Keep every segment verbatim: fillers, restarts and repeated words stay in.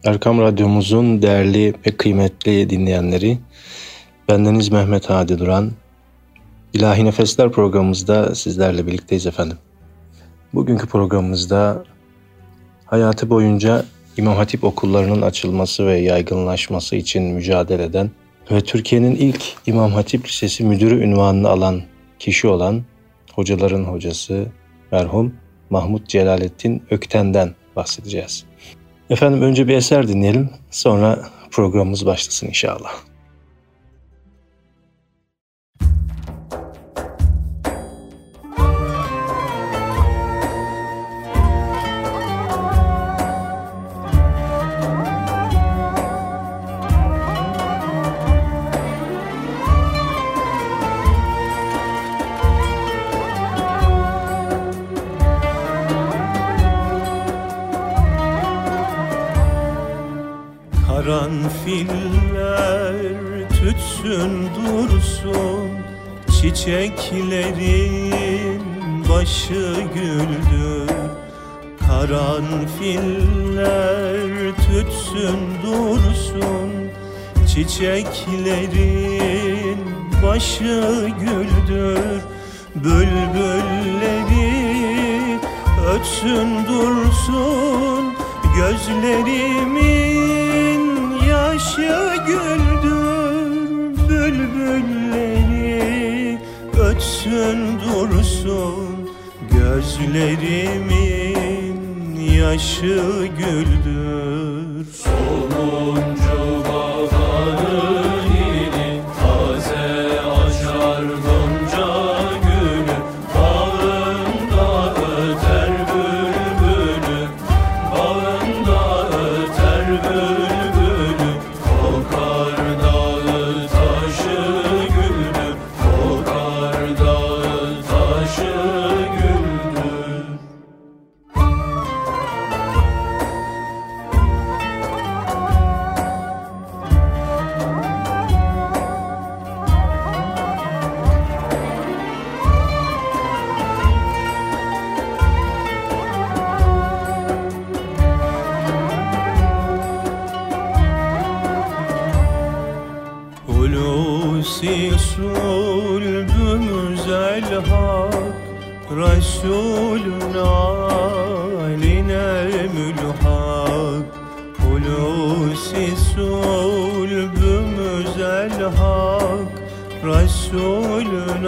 Erkam Radyomuzun değerli ve kıymetli dinleyenleri, bendeniz Mehmet Hadi Duran, İlahi Nefesler programımızda sizlerle birlikteyiz efendim. Bugünkü programımızda hayatı boyunca İmam Hatip okullarının açılması ve yaygınlaşması için mücadele eden ve Türkiye'nin ilk İmam Hatip Lisesi müdürü unvanını alan kişi olan hocaların hocası merhum Mahmut Celalettin Ökten'den bahsedeceğiz. Efendim önce bir eser dinleyelim, sonra programımız başlasın inşallah. Karanfiller tütsün dursun, çiçeklerin başı güldür. Karanfiller tütsün dursun, çiçeklerin başı güldür. Bülbülleri ötsün dursun, gözlerimin yaşı güldür. Bülbülleri ötsün dursun, gözlerimin yaşı güldür. Sonuncu baharın yeni taze açar gonca gülü, bağında öter bülbülü, bağında öter bülbülü. Kokar dağı taşı güldür, kokar dağı taşı güldür. Hulusi sulbümüz el-hak, Resulün aline mülhak. Hulusi sulbümüz el-hak, Resulün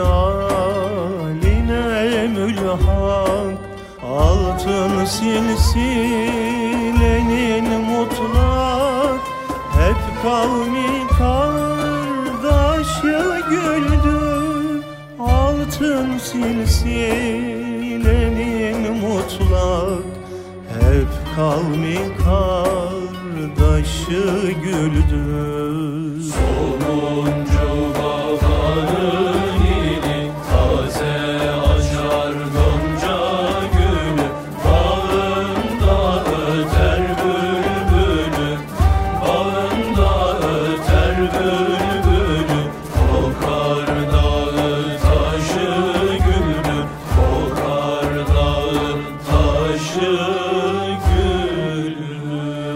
aline mülhak. Altın silsilenin mutlak, hep kavmi kardeşi güldür. Altın silsilenin mutlak, hep kavmi kardeşi güldür. Sonuncu baharın yeni taze açar gonca gülü, bağında öter bülbülü, bağında öter bülbülü. Kokar dağı taşı güldür, kokar dağı taşı güldür.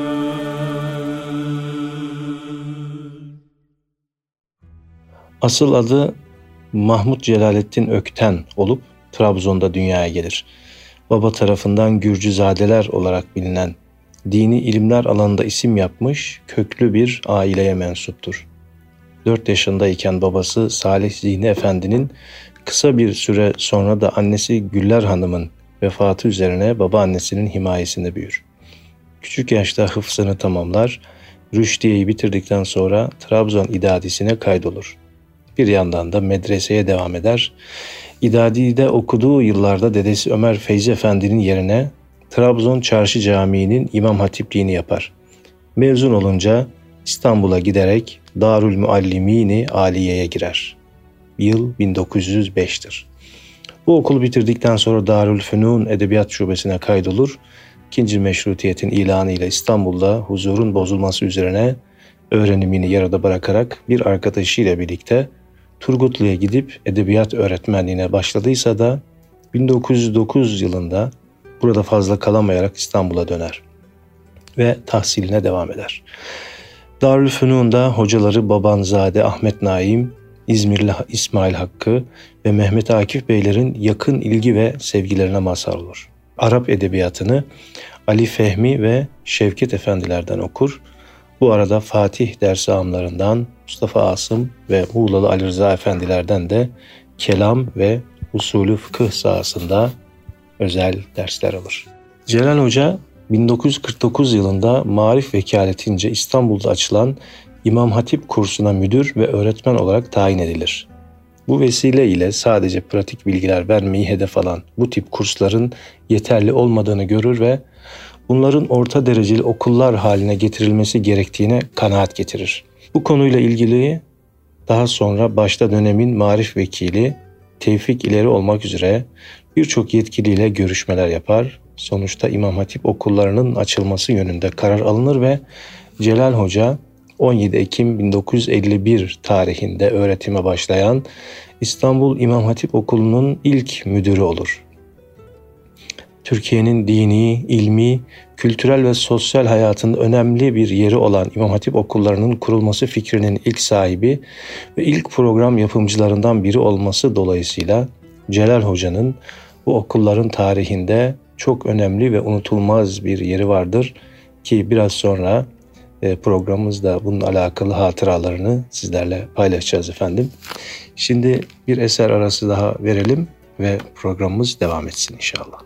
Asıl adı Mahmut Celalettin Ökten olup Trabzon'da dünyaya gelir. Baba tarafından Gürcüzadeler olarak bilinen, dini ilimler alanında isim yapmış köklü bir aileye mensuptur. dört yaşındayken babası Salih Zihni Efendi'nin kısa bir süre sonra da annesi Güller Hanım'ın vefatı üzerine babaannesinin himayesinde büyür. Küçük yaşta hıfzını tamamlar, Rüşdiye'yi bitirdikten sonra Trabzon İdadisi'ne kaydolur. Bir yandan da medreseye devam eder. İdadi'de okuduğu yıllarda dedesi Ömer Feyzi Efendi'nin yerine Trabzon Çarşı Camii'nin imam hatipliğini yapar. Mezun olunca İstanbul'a giderek Darül Muallimini Aliye'ye girer. Yıl bin dokuz yüz beş'tir. Bu okulu bitirdikten sonra Darülfünun Edebiyat Şubesi'ne kaydolur. İkinci Meşrutiyet'in ilanıyla İstanbul'da huzurun bozulması üzerine öğrenimini yarıda bırakarak bir arkadaşıyla birlikte Turgutlu'ya gidip edebiyat öğretmenliğine başladıysa da bin dokuz yüz dokuz yılında burada fazla kalamayarak İstanbul'a döner. ve tahsiline devam eder. Darülfünun'da hocaları Babanzade Ahmet Naim, İzmirli İsmail Hakkı ve Mehmet Akif Beylerin yakın ilgi ve sevgilerine mazhar olur. Arap edebiyatını Ali Fehmi ve Şevket Efendilerden okur. Bu arada Fatih ders ağamlarından Mustafa Asım ve Muğlalı Ali Rıza Efendilerden de kelam ve usulü fıkıh sahasında özel dersler alır. Celal Hoca bin dokuz yüz kırk dokuz yılında Maarif vekaletince İstanbul'da açılan İmam Hatip kursuna müdür ve öğretmen olarak tayin edilir. Bu vesile ile sadece pratik bilgiler vermeyi hedef alan bu tip kursların yeterli olmadığını görür ve bunların orta dereceli okullar haline getirilmesi gerektiğine kanaat getirir. Bu konuyla ilgili daha sonra başta dönemin Maarif Vekili Tevfik İleri olmak üzere birçok yetkiliyle görüşmeler yapar. Sonuçta İmam Hatip okullarının açılması yönünde karar alınır ve Celal Hoca on yedi Ekim bin dokuz yüz elli bir tarihinde öğretime başlayan İstanbul İmam Hatip Okulu'nun ilk müdürü olur. Türkiye'nin dini, ilmi, kültürel ve sosyal hayatında önemli bir yeri olan İmam Hatip okullarının kurulması fikrinin ilk sahibi ve ilk program yapımcılarından biri olması dolayısıyla Celal Hoca'nın bu okulların tarihinde çok önemli ve unutulmaz bir yeri vardır ki biraz sonra programımızda bunun alakalı hatıralarını sizlerle paylaşacağız efendim. Şimdi bir eser arası daha verelim ve programımız devam etsin inşallah.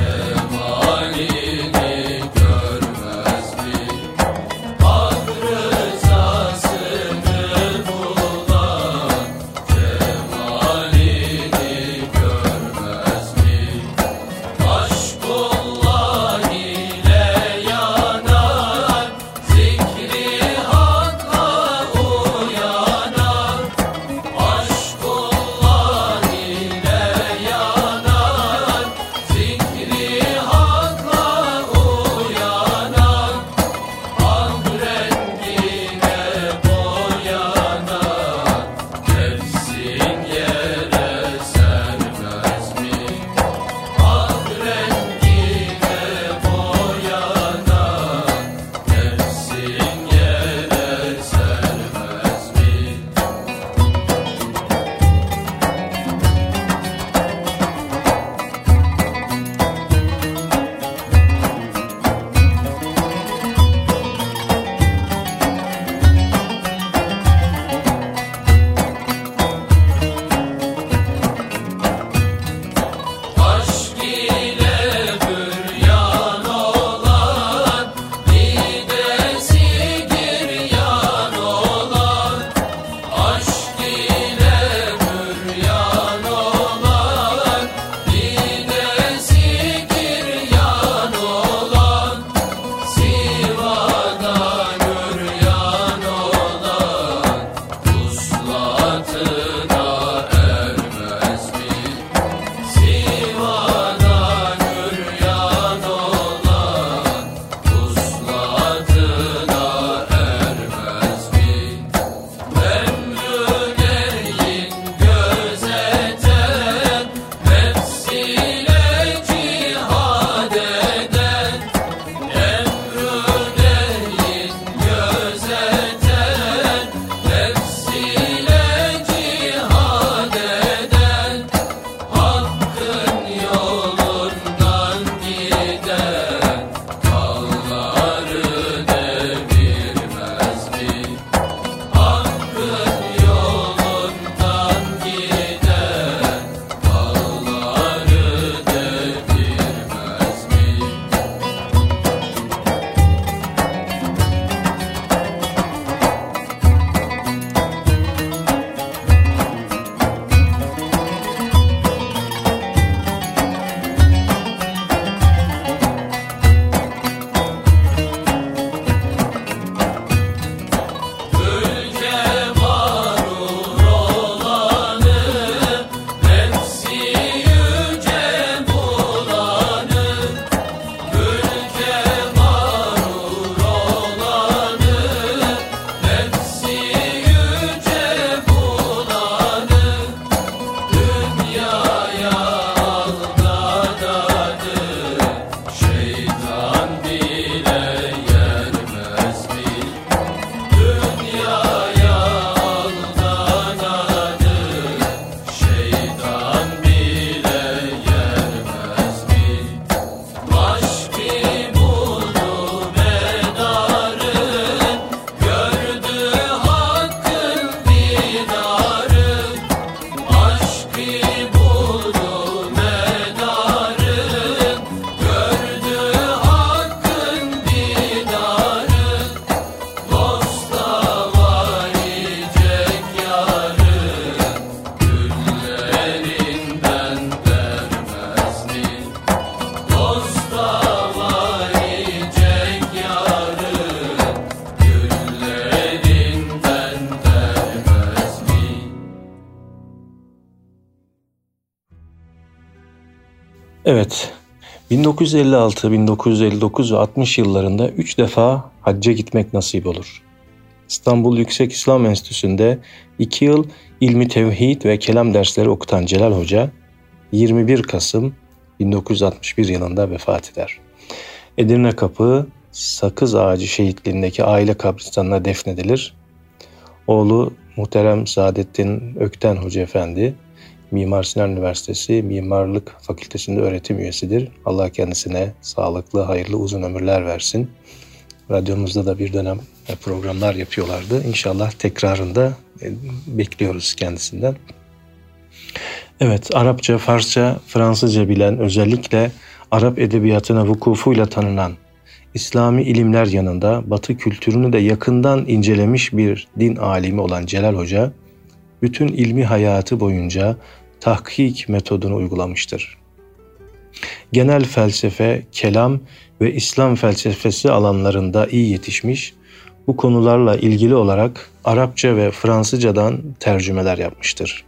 Cemali Evet, bin dokuz yüz elli altı, bin dokuz yüz elli dokuz ve altmış yıllarında üç defa hacca gitmek nasip olur. İstanbul Yüksek İslam Enstitüsü'nde iki yıl ilmi tevhid ve kelam dersleri okutan Celal Hoca, yirmi bir Kasım bin dokuz yüz altmış bir yılında vefat eder. Edirne Kapı Sakız Ağacı Şehitliğindeki aile kabristanına defnedilir. Oğlu Muhterem Saadettin Ökten Hoca Efendi, Mimar Sinan Üniversitesi Mimarlık Fakültesi'nde öğretim üyesidir. Allah kendisine sağlıklı, hayırlı, uzun ömürler versin. Radyomuzda da bir dönem programlar yapıyorlardı. İnşallah tekrarında bekliyoruz kendisinden. Evet, Arapça, Farsça, Fransızca bilen, özellikle Arap edebiyatına vukufuyla tanınan, İslami ilimler yanında Batı kültürünü de yakından incelemiş bir din alimi olan Celal Hoca, bütün ilmi hayatı boyunca tahkik metodunu uygulamıştır. Genel felsefe, kelam ve İslam felsefesi alanlarında iyi yetişmiş, bu konularla ilgili olarak Arapça ve Fransızcadan tercümeler yapmıştır.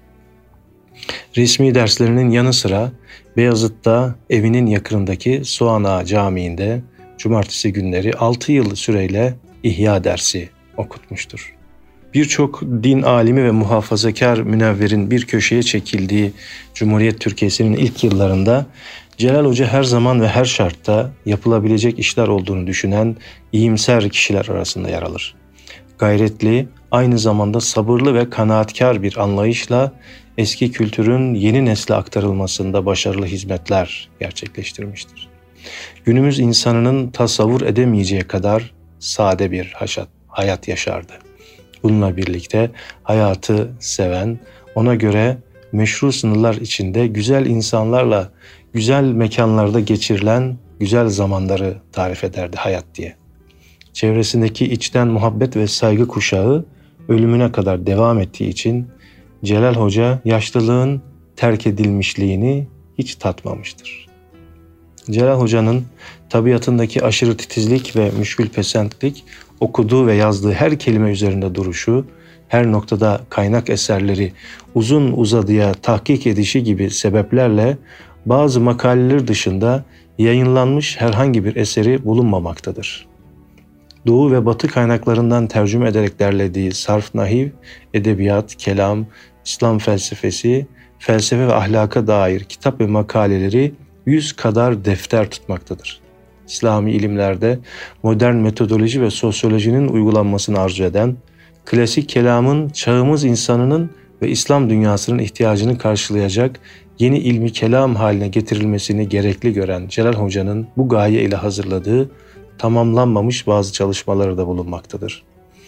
Resmi derslerinin yanı sıra Beyazıt'ta evinin yakınındaki Soğana Camii'nde cumartesi günleri altı yıl süreyle ihya dersi okutmuştur. Birçok din alimi ve muhafazakar münevverin bir köşeye çekildiği Cumhuriyet Türkiye'sinin ilk yıllarında Celal Hoca her zaman ve her şartta yapılabilecek işler olduğunu düşünen iyimser kişiler arasında yer alır. Gayretli, aynı zamanda sabırlı ve kanaatkar bir anlayışla eski kültürün yeni nesle aktarılmasında başarılı hizmetler gerçekleştirmiştir. Günümüz insanının tasavvur edemeyeceği kadar sade bir hayat yaşardı. Bununla birlikte hayatı seven, ona göre meşru sınırlar içinde güzel insanlarla, güzel mekanlarda geçirilen güzel zamanları tarif ederdi hayat diye. Çevresindeki içten muhabbet ve saygı kuşağı ölümüne kadar devam ettiği için Celal Hoca yaşlılığın terk edilmişliğini hiç tatmamıştır. Celal Hoca'nın tabiatındaki aşırı titizlik ve müşkülpesentlik, okuduğu ve yazdığı her kelime üzerinde duruşu, her noktada kaynak eserleri uzun uzadıya tahkik edişi gibi sebeplerle bazı makaleler dışında yayınlanmış herhangi bir eseri bulunmamaktadır. Doğu ve Batı kaynaklarından tercüme ederek derlediği sarf, nahiv, edebiyat, kelam, İslam felsefesi, felsefe ve ahlaka dair kitap ve makaleleri yüz kadar defter tutmaktadır. İslami ilimlerde modern metodoloji ve sosyolojinin uygulanmasını arzu eden, klasik kelamın çağımız insanının ve İslam dünyasının ihtiyacını karşılayacak yeni ilmi kelam haline getirilmesini gerekli gören Celal Hoca'nın bu gaye ile hazırladığı tamamlanmamış bazı çalışmaları da bulunmaktadır.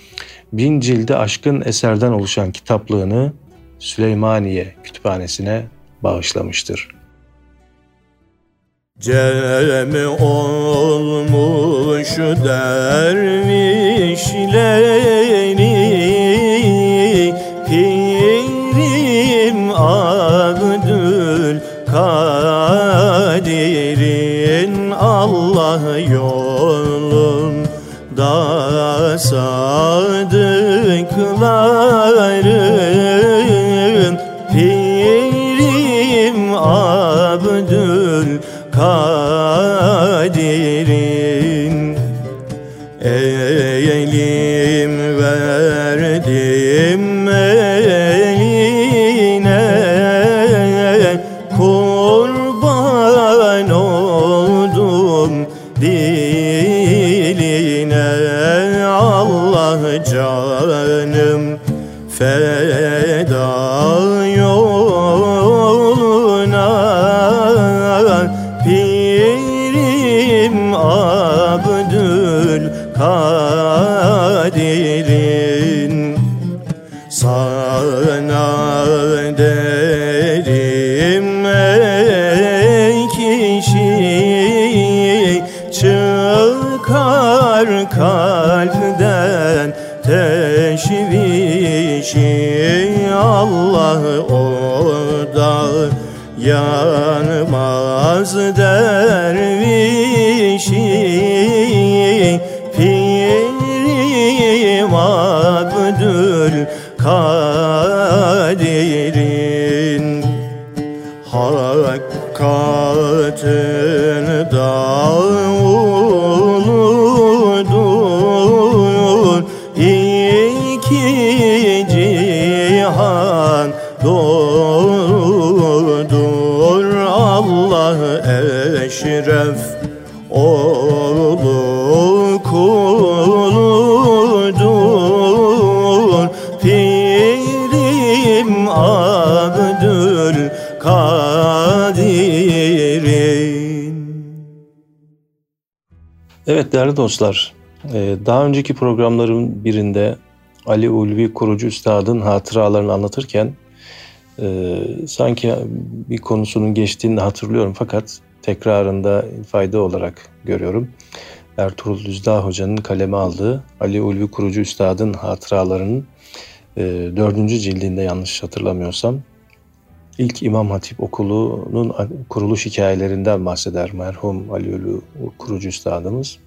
Bin cilde aşkın eserden oluşan kitaplığını Süleymaniye Kütüphanesi'ne bağışlamıştır. Cem olmuş dervişleri Pirim Abdülkadir'in Allah yolunda sadıkların Pirim Abdülkadir'in elim verdim eline kurban oldum diline Allah canım feda yoluna Pirim Abdülkadir'in sana derim ey kişi çıkar kalpten teşvişi Allah orada yanmaz dervişi Pirim Abdülkadir'in Hakk'a katında uludur iki cihan doğrudur. Allah eşref oğlu kuludur. Pirim Abdülkadir'in. Evet değerli dostlar, daha önceki programların birinde Ali Ulvi Kurucu Üstad'ın hatıralarını anlatırken sanki bir konusunun geçtiğini hatırlıyorum fakat tekrarında fayda olarak görüyorum. Ertuğrul Düzdağ Hoca'nın kaleme aldığı Ali Ulvi Kurucu Üstad'ın hatıralarının e, dördüncü cildinde yanlış hatırlamıyorsam ilk İmam Hatip Okulu'nun kuruluş hikayelerinden bahseder merhum Ali Ulvi Kurucu Üstadımız.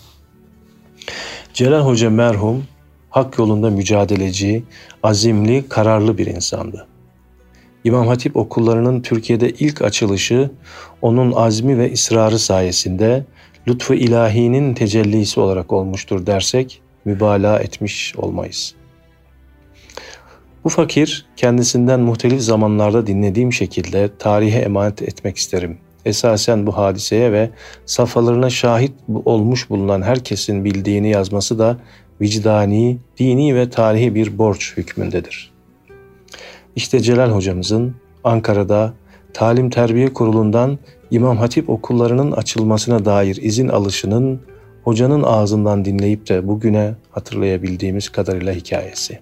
Celal Hoca merhum hak yolunda mücadeleci, azimli, kararlı bir insandı. İmam Hatip okullarının Türkiye'de ilk açılışı onun azmi ve ısrarı sayesinde lütfu ilahinin tecellisi olarak olmuştur dersek mübalağa etmiş olmayız. Bu fakir kendisinden muhtelif zamanlarda dinlediğim şekilde tarihe emanet etmek isterim. Esasen bu hadiseye ve safhalarına şahit olmuş bulunan herkesin bildiğini yazması da vicdani, dini ve tarihi bir borç hükmündedir. İşte Celal hocamızın Ankara'da Talim Terbiye Kurulu'ndan İmam Hatip okullarının açılmasına dair izin alışının hocanın ağzından dinleyip de bugüne hatırlayabildiğimiz kadarıyla hikayesi.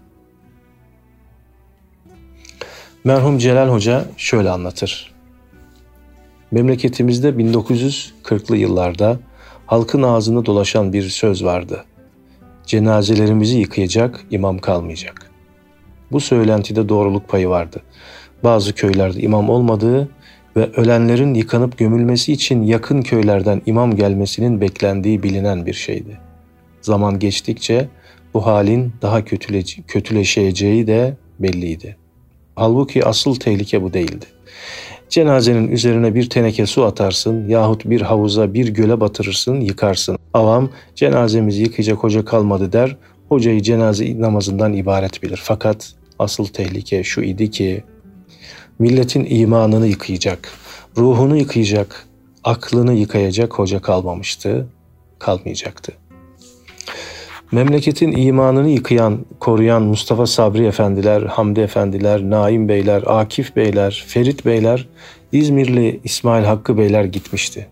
Merhum Celal Hoca şöyle anlatır. Memleketimizde bin dokuz yüz kırklı yıllarda halkın ağzında dolaşan bir söz vardı. Cenazelerimizi yıkayacak imam kalmayacak. Bu söylentide doğruluk payı vardı. Bazı köylerde imam olmadığı ve ölenlerin yıkanıp gömülmesi için yakın köylerden imam gelmesinin beklendiği bilinen bir şeydi. Zaman geçtikçe bu halin daha kötüle, kötüleşeceği de belliydi. Halbuki asıl tehlike bu değildi. Cenazenin üzerine bir teneke su atarsın yahut bir havuza bir göle batırırsın yıkarsın. Avam cenazemizi yıkayacak hoca kalmadı der, hocayı cenaze namazından ibaret bilir. Fakat asıl tehlike şu idi ki milletin imanını yıkayacak, ruhunu yıkayacak, aklını yıkayacak hoca kalmamıştı, kalmayacaktı. Memleketin imanını yıkayan, koruyan Mustafa Sabri Efendiler, Hamdi Efendiler, Naim Beyler, Akif Beyler, Ferit Beyler, İzmirli İsmail Hakkı Beyler gitmişti.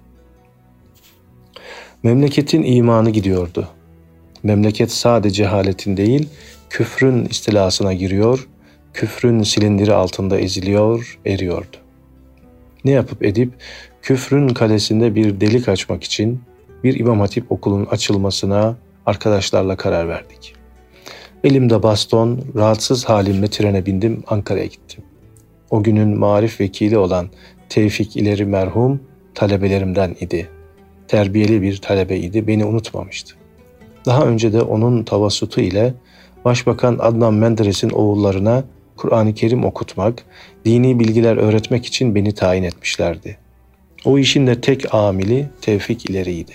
Memleketin imanı gidiyordu. Memleket sadece cehaletin değil, küfrün istilasına giriyor, küfrün silindiri altında eziliyor, eriyordu. Ne yapıp edip küfrün kalesinde bir delik açmak için bir İmam Hatip okulunun açılmasına arkadaşlarla karar verdik. Elimde baston, rahatsız halimle trene bindim, Ankara'ya gittim. O günün marif vekili olan Tevfik İleri merhum talebelerimden idi. Terbiyeli bir talebeydi, beni unutmamıştı. Daha önce de onun tavassutu ile Başbakan Adnan Menderes'in oğullarına Kur'an-ı Kerim okutmak, dini bilgiler öğretmek için beni tayin etmişlerdi. O işin de tek amili Tevfik İleri'ydi.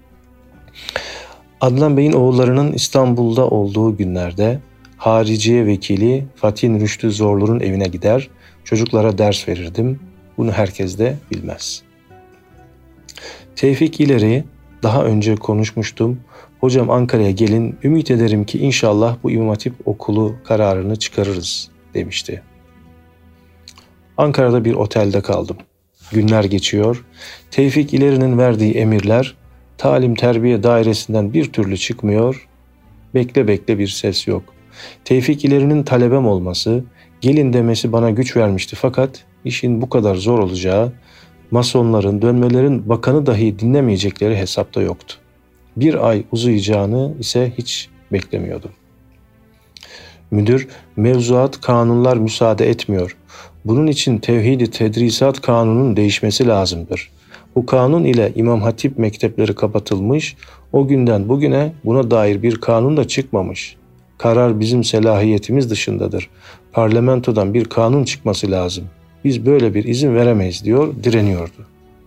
Adnan Bey'in oğullarının İstanbul'da olduğu günlerde hariciye vekili Fatih Rüştü Zorlur'un evine gider, çocuklara ders verirdim. Bunu herkes de bilmez. Tevfik İleri, daha önce konuşmuştum. Hocam Ankara'ya gelin, ümit ederim ki inşallah bu İmam Hatip okulu kararını çıkarırız demişti. Ankara'da bir otelde kaldım. Günler geçiyor. Tevfik İleri'nin verdiği emirler talim terbiye dairesinden bir türlü çıkmıyor. Bekle bekle bir ses yok. Tevfik İleri'nin talebem olması, gelin demesi bana güç vermişti fakat işin bu kadar zor olacağı, masonların, dönmelerin bakanı dahi dinlemeyecekleri hesapta yoktu. Bir ay uzayacağını ise hiç beklemiyordum. Müdür, mevzuat, kanunlar müsaade etmiyor. Bunun için Tevhid-i Tedrisat Kanunu'nun değişmesi lazımdır. Bu kanun ile İmam Hatip mektepleri kapatılmış, o günden bugüne buna dair bir kanun da çıkmamış. Karar bizim selahiyetimiz dışındadır. Parlamentodan bir kanun çıkması lazım. Biz böyle bir izin veremeyiz diyor, direniyordu.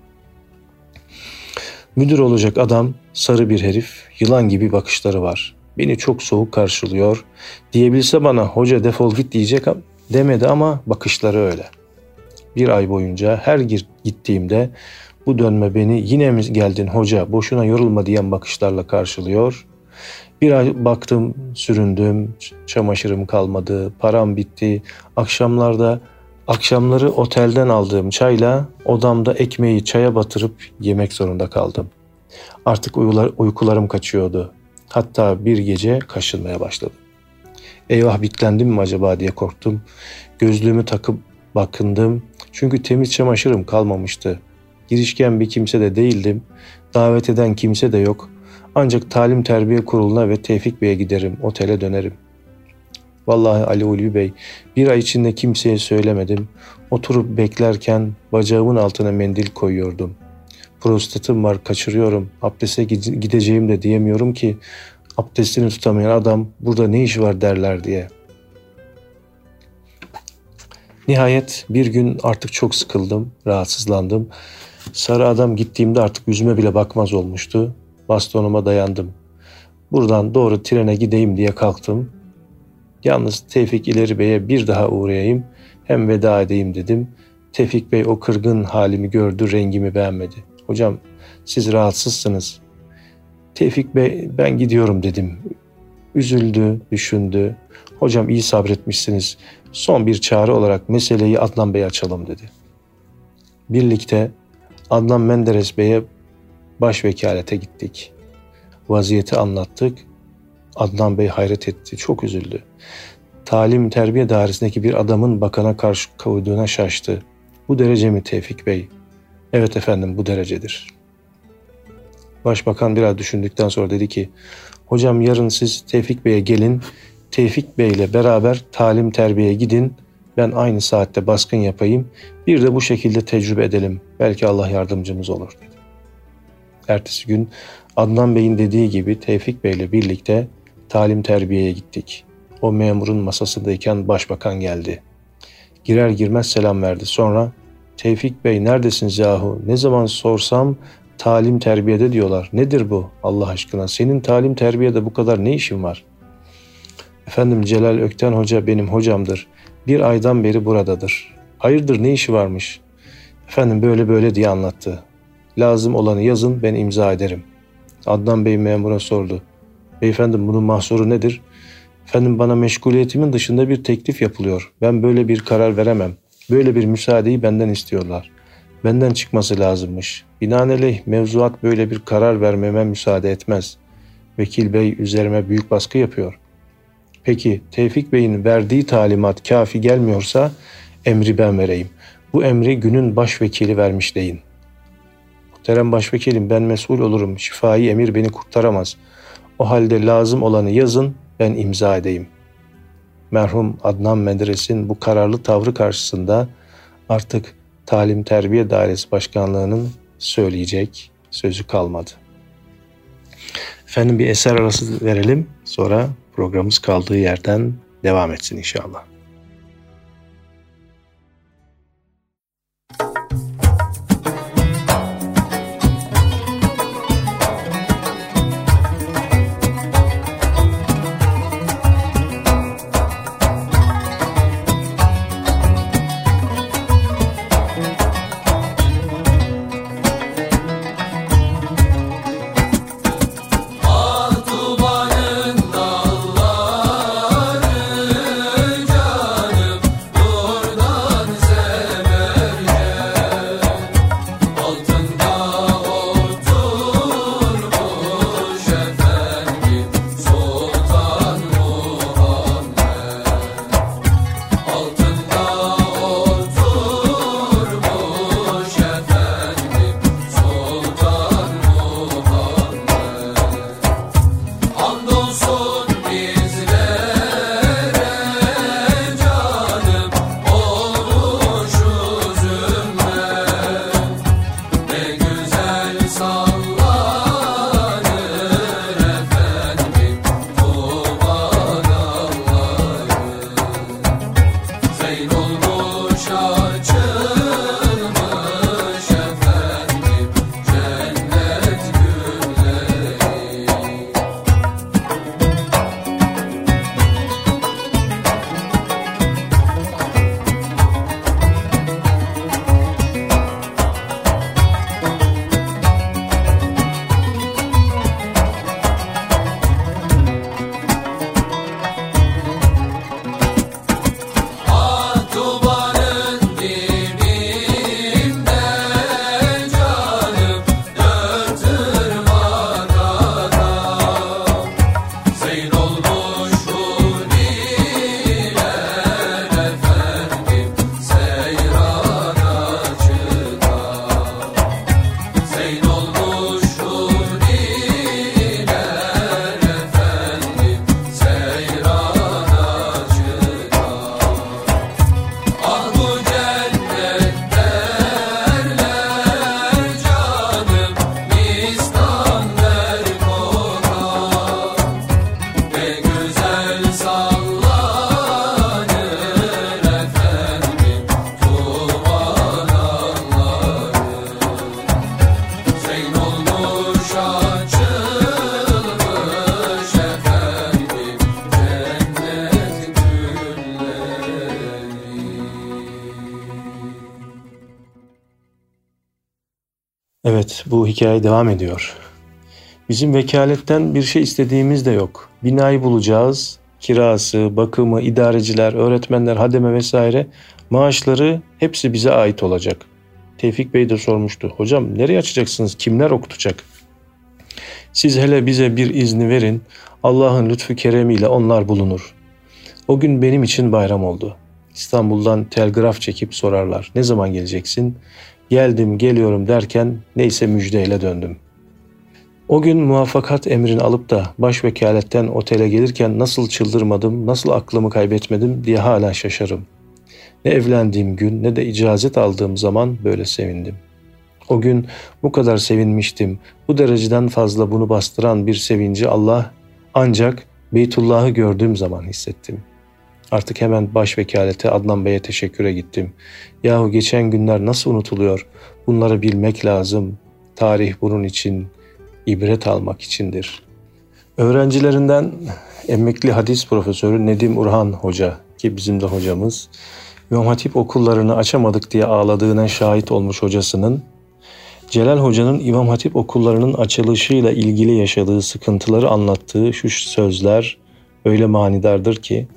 Müdür olacak adam sarı bir herif, yılan gibi bakışları var. Beni çok soğuk karşılıyor. Diyebilse bana hoca defol git diyecek demedi ama bakışları öyle. Bir ay boyunca her gittiğimde bu dönme beni yine mi geldin hoca boşuna yorulma diyen bakışlarla karşılıyor. Bir ay baktım, süründüm, çamaşırım kalmadı, param bitti. Akşamlarda akşamları otelden aldığım çayla odamda ekmeği çaya batırıp yemek zorunda kaldım. Artık uykular, uykularım kaçıyordu. Hatta bir gece kaşınmaya başladım. Eyvah bitlendim mi acaba diye korktum. Gözlüğümü takıp bakındım. Çünkü temiz çamaşırım kalmamıştı. Girişken bir kimse de değildim. Davet eden kimse de yok. Ancak talim terbiye kuruluna ve Tevfik Bey'e giderim, otele dönerim. Vallahi Ali Ulvi Bey, bir ay içinde kimseye söylemedim. Oturup beklerken bacağımın altına mendil koyuyordum. Prostatım var, kaçırıyorum. Abdeste gideceğim de diyemiyorum ki abdestini tutamayan adam burada ne işi var derler diye. Nihayet bir gün artık çok sıkıldım, rahatsızlandım. Sarı adam gittiğimde artık yüzüme bile bakmaz olmuştu. Bastonuma dayandım. Buradan doğru trene gideyim diye kalktım. Yalnız Tevfik İleri Bey'e bir daha uğrayayım, hem veda edeyim dedim. Tevfik Bey o kırgın halimi gördü, rengimi beğenmedi. Hocam siz rahatsızsınız. Tevfik Bey ben gidiyorum dedim. Üzüldü, düşündü. Hocam iyi sabretmişsiniz. Son bir çare olarak meseleyi Adnan Bey'e açalım dedi. Birlikte Adnan Menderes Bey'e başvekalete gittik. Vaziyeti anlattık. Adnan Bey hayret etti, çok üzüldü. Talim terbiye dairesindeki bir adamın bakana karşı koyduğuna şaştı. Bu derece mi Tevfik Bey? Evet efendim, bu derecedir. Başbakan biraz düşündükten sonra dedi ki, hocam yarın siz Tevfik Bey'e gelin, Tevfik Bey ile beraber talim terbiyeye gidin, ben aynı saatte baskın yapayım, bir de bu şekilde tecrübe edelim, belki Allah yardımcımız olur dedi. Ertesi gün Adnan Bey'in dediği gibi Tevfik Bey ile birlikte talim terbiyeye gittik. O memurun masasındayken başbakan geldi. Girer girmez selam verdi. Sonra Tevfik Bey neredesiniz yahu? Ne zaman sorsam talim terbiyede diyorlar. Nedir bu Allah aşkına? Senin talim terbiyede bu kadar ne işin var? Efendim Celal Ökten Hoca benim hocamdır. Bir aydan beri buradadır. Hayırdır ne işi varmış? Efendim böyle böyle diye anlattı. Lazım olanı yazın ben imza ederim. Adnan Bey memura sordu. Beyefendi bunun mahsuru nedir? Efendim bana meşguliyetimin dışında bir teklif yapılıyor. Ben böyle bir karar veremem. Böyle bir müsaadeyi benden istiyorlar. Benden çıkması lazımmış. Binaenaleyh mevzuat böyle bir karar vermeme müsaade etmez. Vekil Bey üzerime büyük baskı yapıyor. Peki Tevfik Bey'in verdiği talimat kafi gelmiyorsa emri ben vereyim. Bu emri günün başvekili vermiş deyin. Muhterem başvekilim ben mesul olurum. Şifai emir beni kurtaramaz. O halde lazım olanı yazın ben imza edeyim. Merhum Adnan Menderes'in bu kararlı tavrı karşısında artık Talim Terbiye Dairesi Başkanlığı'nın söyleyecek sözü kalmadı. Efendim bir eser arası verelim. Sonra programımız kaldığı yerden devam etsin inşallah. Tubanın dalları Evet, bu hikaye devam ediyor. Bizim vekaletten bir şey istediğimiz de yok. Binayı bulacağız. Kirası, bakımı, idareciler, öğretmenler, hademe vesaire maaşları hepsi bize ait olacak. Tevfik Bey de sormuştu. Hocam nereye açacaksınız? Kimler okutacak? Siz hele bize bir izni verin. Allah'ın lütfu keremiyle onlar bulunur. O gün benim için bayram oldu. İstanbul'dan telgraf çekip sorarlar. Ne zaman geleceksin? Geldim, geliyorum derken neyse müjdeyle döndüm. O gün muvaffakat emrini alıp da başvekaletten otele gelirken nasıl çıldırmadım, nasıl aklımı kaybetmedim diye hala şaşarım. Ne evlendiğim gün ne de icazet aldığım zaman böyle sevindim. O gün bu kadar sevinmiştim. Bu dereceden fazla bunu bastıran bir sevinci Allah ancak Beytullah'ı gördüğüm zaman hissettim. Artık hemen başvekalete Adnan Bey'e teşekküre gittim. Yahu geçen günler nasıl unutuluyor? Bunları bilmek lazım. Tarih bunun için, ibret almak içindir. Öğrencilerinden emekli hadis profesörü Nedim Urhan Hoca ki bizim de hocamız, İmam Hatip okullarını açamadık diye ağladığına şahit olmuş hocasının, Celal Hoca'nın İmam Hatip okullarının açılışıyla ilgili yaşadığı sıkıntıları anlattığı şu sözler öyle manidardır ki,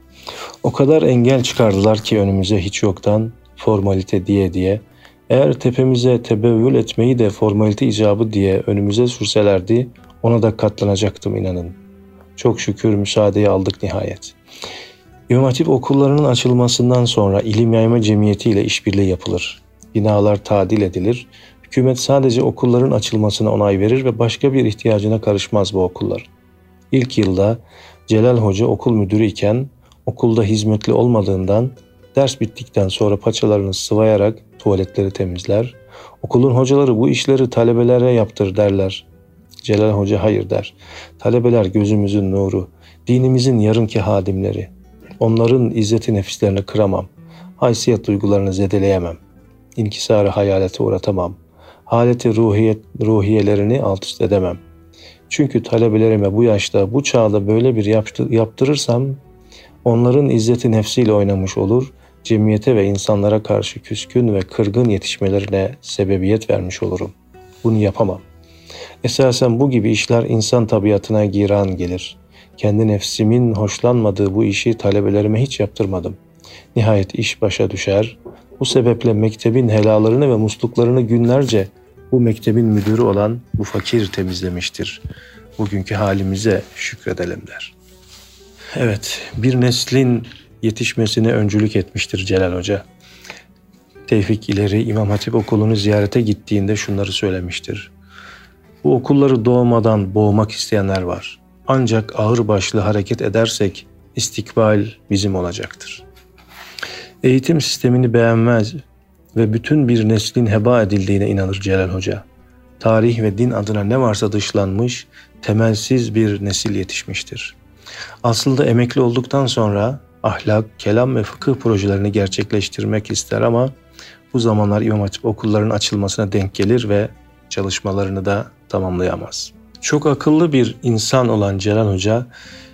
o kadar engel çıkardılar ki önümüze hiç yoktan formalite diye diye, eğer tepemize tebevvül etmeyi de formalite icabı diye önümüze sürselerdi, ona da katlanacaktım inanın. Çok şükür müsaadeyi aldık nihayet. İmam Hatip okullarının açılmasından sonra ilim yayma cemiyeti ile işbirliği yapılır. Binalar tadil edilir. Hükümet sadece okulların açılmasına onay verir ve başka bir ihtiyacına karışmaz bu okullar. İlk yılda Celal Hoca okul müdürü iken okulda hizmetli olmadığından ders bittikten sonra paçalarını sıvayarak tuvaletleri temizler. Okulun hocaları bu işleri talebelere yaptır derler. Celal Hoca hayır der. Talebeler gözümüzün nuru, dinimizin yarınki hadimleri. Onların izzeti nefislerini kıramam. Haysiyet duygularını zedeleyemem. İnkisarı hayalete uğratamam. Haleti ruhiyet, ruhiyelerini alt üst edemem. Çünkü talebelerime bu yaşta, bu çağda böyle bir yaptı, yaptırırsam onların izzeti nefsiyle oynamış olur, cemiyete ve insanlara karşı küskün ve kırgın yetişmelerine sebebiyet vermiş olurum. Bunu yapamam. Esasen bu gibi işler insan tabiatına giran gelir. Kendi nefsimin hoşlanmadığı bu işi talebelerime hiç yaptırmadım. Nihayet iş başa düşer. Bu sebeple mektebin helalarını ve musluklarını günlerce bu mektebin müdürü olan bu fakir temizlemiştir. Bugünkü halimize şükredelim der. Evet, bir neslin yetişmesine öncülük etmiştir Celal Hoca. Tevfik ileri İmam Hatip okulunu ziyarete gittiğinde şunları söylemiştir. Bu okulları doğmadan boğmak isteyenler var. Ancak ağırbaşlı hareket edersek istikbal bizim olacaktır. Eğitim sistemini beğenmez ve bütün bir neslin heba edildiğine inanır Celal Hoca. Tarih ve din adına ne varsa dışlanmış, temelsiz bir nesil yetişmiştir. Aslında emekli olduktan sonra ahlak, kelam ve fıkıh projelerini gerçekleştirmek ister ama bu zamanlar İmam Hatip okullarının açılmasına denk gelir ve çalışmalarını da tamamlayamaz. Çok akıllı bir insan olan Celal Hoca,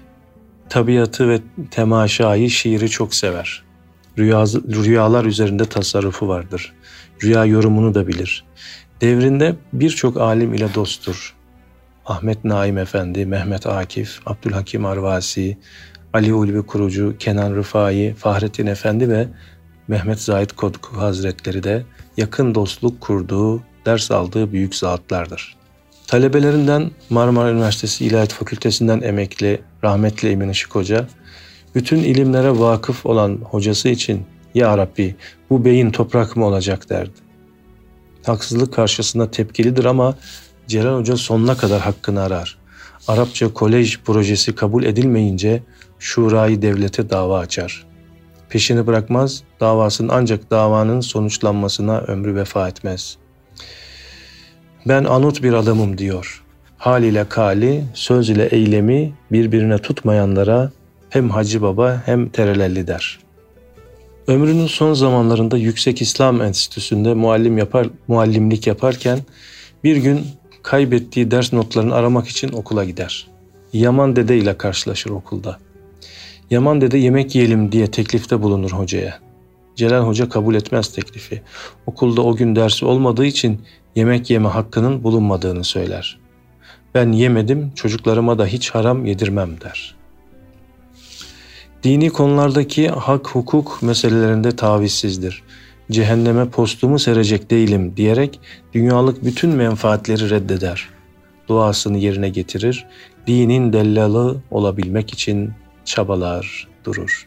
tabiatı ve temaşayı, şiiri çok sever. Rüya, rüyalar üzerinde tasarrufu vardır. Rüya yorumunu da bilir. Devrinde birçok alim ile dosttur. Ahmet Naim Efendi, Mehmet Akif, Abdülhakim Arvasi, Ali Ulvi Kurucu, Kenan Rıfai, Fahrettin Efendi ve Mehmet Zahid Kodku Hazretleri de yakın dostluk kurduğu, ders aldığı büyük zatlardır. Talebelerinden Marmara Üniversitesi İlahiyat Fakültesinden emekli rahmetli Emin Işık Hoca, bütün ilimlere vakıf olan hocası için "Ya Rabbi, bu beyin toprak mı olacak?" derdi. Haksızlık karşısında tepkilidir ama Celal Hoca sonuna kadar hakkını arar. Arapça kolej projesi kabul edilmeyince şurayı devlete dava açar. Peşini bırakmaz, davasının ancak davanın sonuçlanmasına ömrü vefa etmez. Ben anut bir adamım diyor. Hal ile kali, söz ile eylemi birbirine tutmayanlara hem Hacı Baba hem Terelelli der. Ömrünün son zamanlarında Yüksek İslam Enstitüsü'nde muallim yapar, muallimlik yaparken bir gün kaybettiği ders notlarını aramak için okula gider. Yaman Dede ile karşılaşır okulda. Yaman Dede yemek yiyelim diye teklifte bulunur hocaya. Celal Hoca kabul etmez teklifi. Okulda o gün dersi olmadığı için yemek yeme hakkının bulunmadığını söyler. Ben yemedim, çocuklarıma da hiç haram yedirmem der. Dini konulardaki hak hukuk meselelerinde tavizsizdir. Cehenneme postumu serecek değilim diyerek dünyalık bütün menfaatleri reddeder. Duasını yerine getirir, dinin dellalı olabilmek için çabalar durur.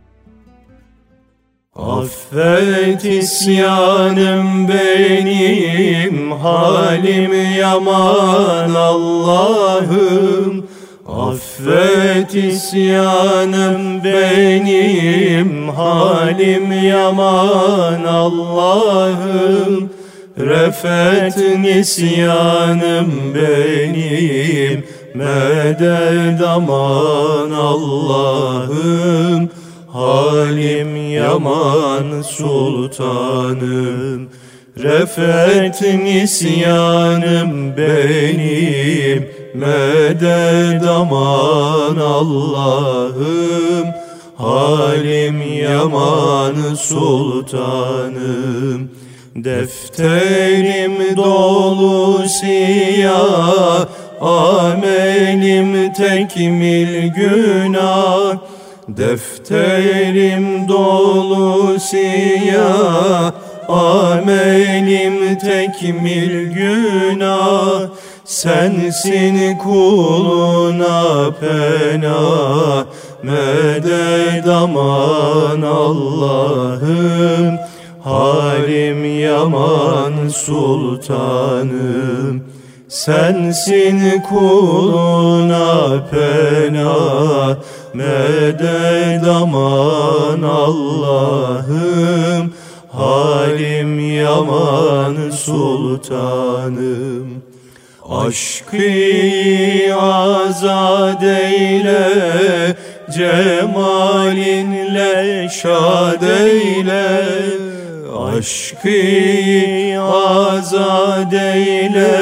Affet isyanım benim, halim yaman Allah'ım. Affet isyanım benim, halim yaman Allah'ım. Refet nisyanım benim, medet aman Allah'ım. Halim yaman sultanım, refet nisyanım benim, medet aman Allah'ım. Halim yaman sultanım, defterim dolu siyah, amelim tekmil günah. Defterim dolu siyah, amelim tekmil günah. Sensin kuluna pena, medet aman Allah'ım. Halim yaman sultanım, sensin kuluna pena, medet aman Allah'ım. Halim yaman sultanım. Aşkı azad eyle, cemalinle şad eyle. Aşkı azad eyle,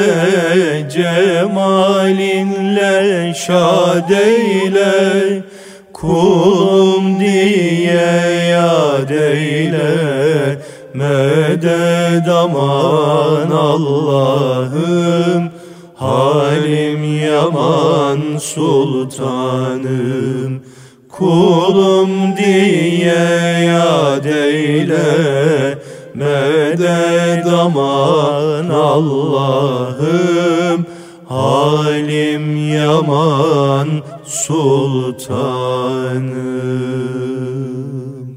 cemalinle şad eyle. Kulum diye yad eyle, medet aman Allah'ım. Halim yaman sultanım, kulum diye yad eyle, medet aman Allah'ım. Halim yaman sultanım.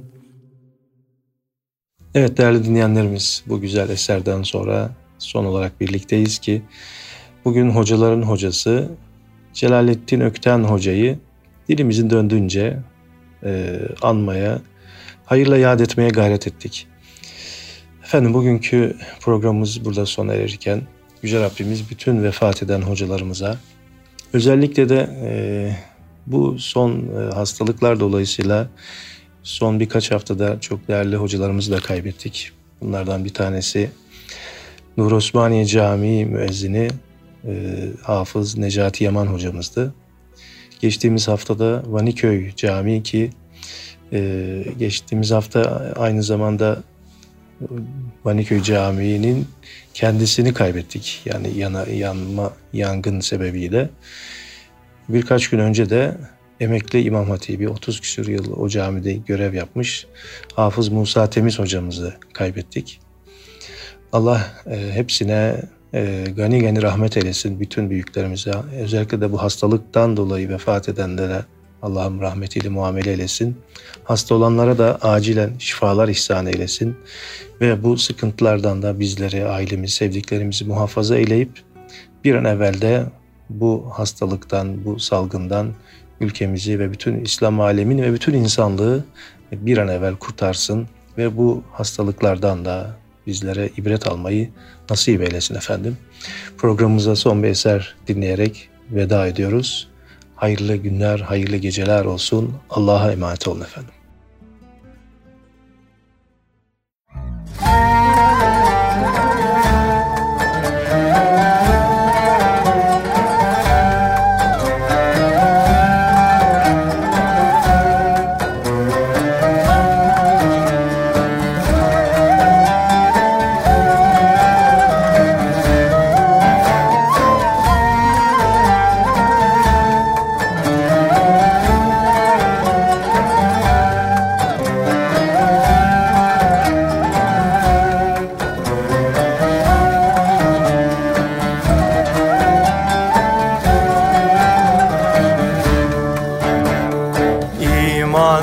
Evet değerli dinleyenlerimiz, bu güzel eserden sonra son olarak birlikteyiz ki bugün hocaların hocası Celalettin Ökten hocayı dilimizin döndüğünce e, anmaya, hayırla yad etmeye gayret ettik. Efendim bugünkü programımız burada sona erirken Yüce Rabbimiz bütün vefat eden hocalarımıza, özellikle de e, bu son e, hastalıklar dolayısıyla son birkaç haftada çok değerli hocalarımızı da kaybettik. Bunlardan bir tanesi Nur Osmaniye Camii müezzini e, Hafız Necati Yaman hocamızdı. Geçtiğimiz haftada Vaniköy Camii ki e, geçtiğimiz hafta aynı zamanda Vaniköy Camii'nin kendisini kaybettik. Yani yana, yanma, yangın sebebiyle. Birkaç gün önce de emekli İmam Hatibi otuz küsur yıl o camide görev yapmış Hafız Musa Temiz hocamızı kaybettik. Allah e, hepsine e, gani gani rahmet eylesin, bütün büyüklerimize. Özellikle de bu hastalıktan dolayı vefat edenlere Allah'ım rahmetiyle muamele eylesin. Hasta olanlara da acilen şifalar ihsan eylesin. Ve bu sıkıntılardan da bizleri, ailemizi, sevdiklerimizi muhafaza eyleyip bir an evvel de bu hastalıktan, bu salgından ülkemizi ve bütün İslam alemini ve bütün insanlığı bir an evvel kurtarsın ve bu hastalıklardan da bizlere ibret almayı nasip eylesin efendim. Programımıza son bir eser dinleyerek veda ediyoruz. Hayırlı günler, hayırlı geceler olsun. Allah'a emanet olun efendim.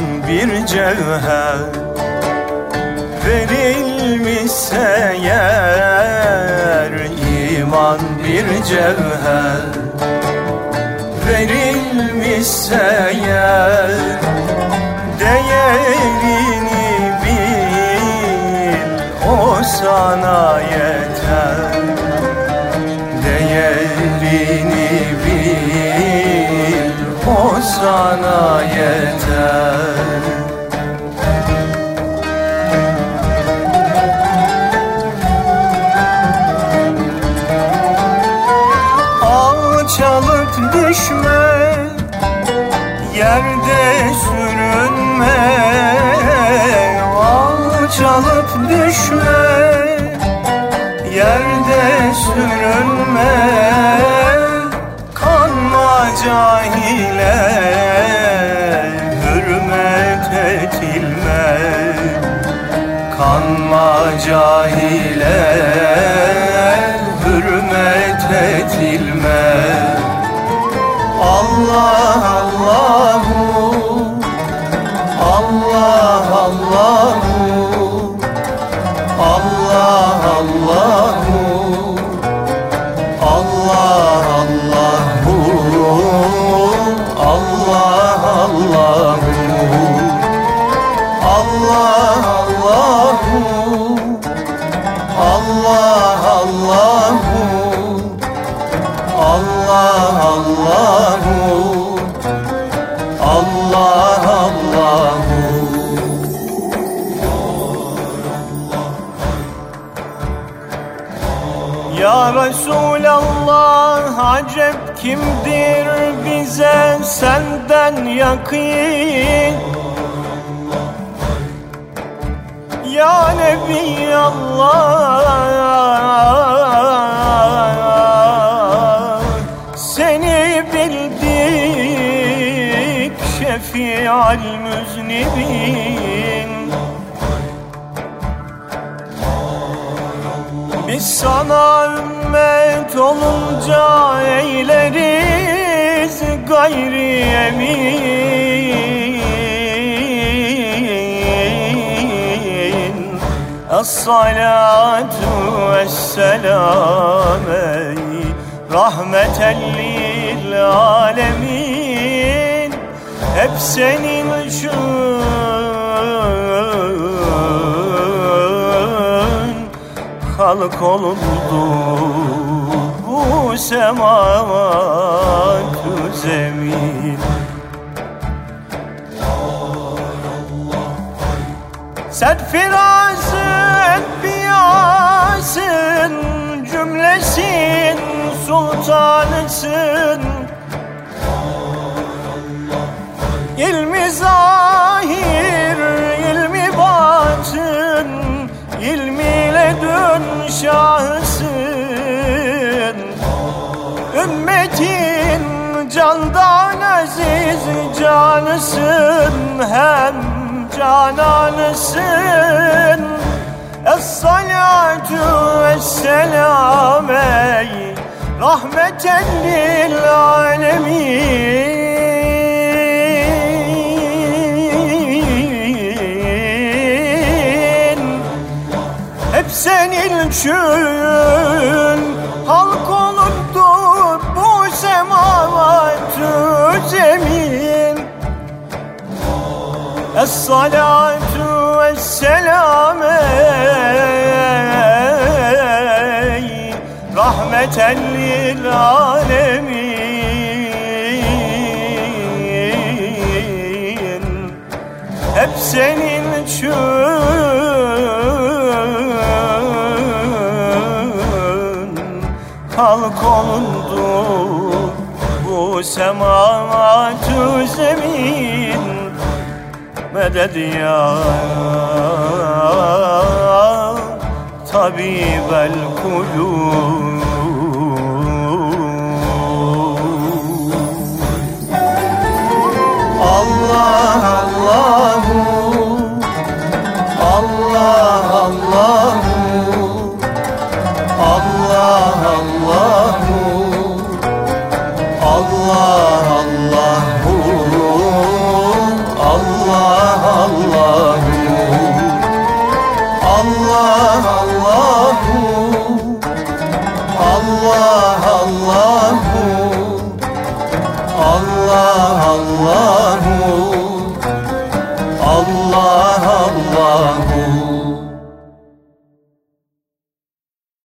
iman bir cevher, verilmişse yer. İman bir cevher, verilmişse yer. Değerini bil, o sana yeter. Değerini bil, o sana yeter. Alçalıp düşme, yerde sürünme. Alçalıp düşme, yerde sürünme. Kanma cahile, hürmet edilme. Kanma cahile, hürmet edilme. Allah Allahu, Allah Allahu, Allah Allahu, Allah Allahu, Allah Allahu, Allah Allahu, Allah Allahu, Allah Allahu, Allah Allahu. Ya Resulallah, acep kimdir bize senden yakın? Ya Nebi Allah, seni bildik şefi'al müznibin. Biz sana ümmet olunca eyleriz gayri emin. Es-salatu vesselam ey rahmeten lil alemin. Hep senin için halk olundu bu semavat-ı zemin. Sedfirazın piyasın, cümlesin sultanısın. İlmi zahir, ilmi batın, ilmiyle dön şahısın. Ümmetin candan aziz canısın, hem cananısın. Es-salatu vesselam ey rahmeten lil alemin. Hep senin için halk olundu bu semavat-ı zemin. Es-salatu vesselam ey rahmeten lil alemin. Hep senin için halk olundu bu semavat-ı zemin. Meded ya tabibel kulub. Allah Allahu, Allah Allahu, Allah Allahu, Allah Allahu, Allah Allah Allahu, Allah Allahu, Allah Allah.